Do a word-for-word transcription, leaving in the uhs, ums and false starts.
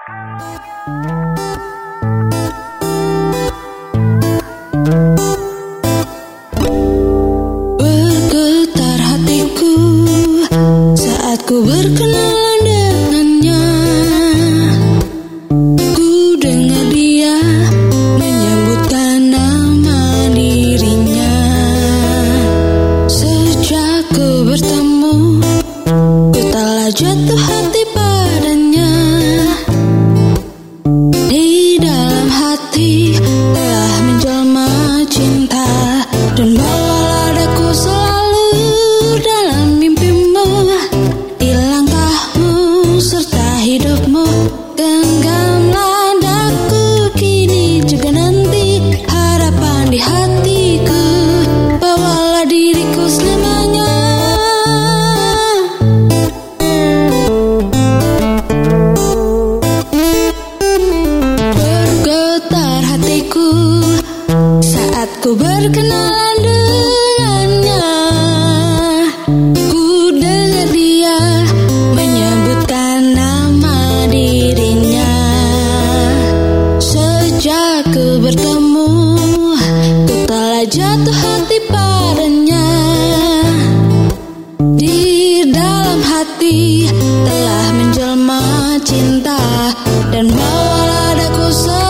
Bergetar hatiku saat ku berkenalan dengannya. Ku dengar dia menyebutkan nama dirinya. Sejak ku bertemu, ku telah jatuh hati padanya. Di dalam hati telah menjelma cinta, dan bawalah daku selalu dalam mimpimu. Di langkahmu serta hidupmu, genggamlah daku kini juga nanti. Harapan di hatiku, bawalah diriku selamanya. Bergetar hatiku saat ku berkenalan dengannya. Ku dengar dia menyebutkan nama dirinya. Sejak ku bertemu, ku telah jatuh hati padanya. Di dalam hati telah menjelma cinta, dan bawalah daku selalu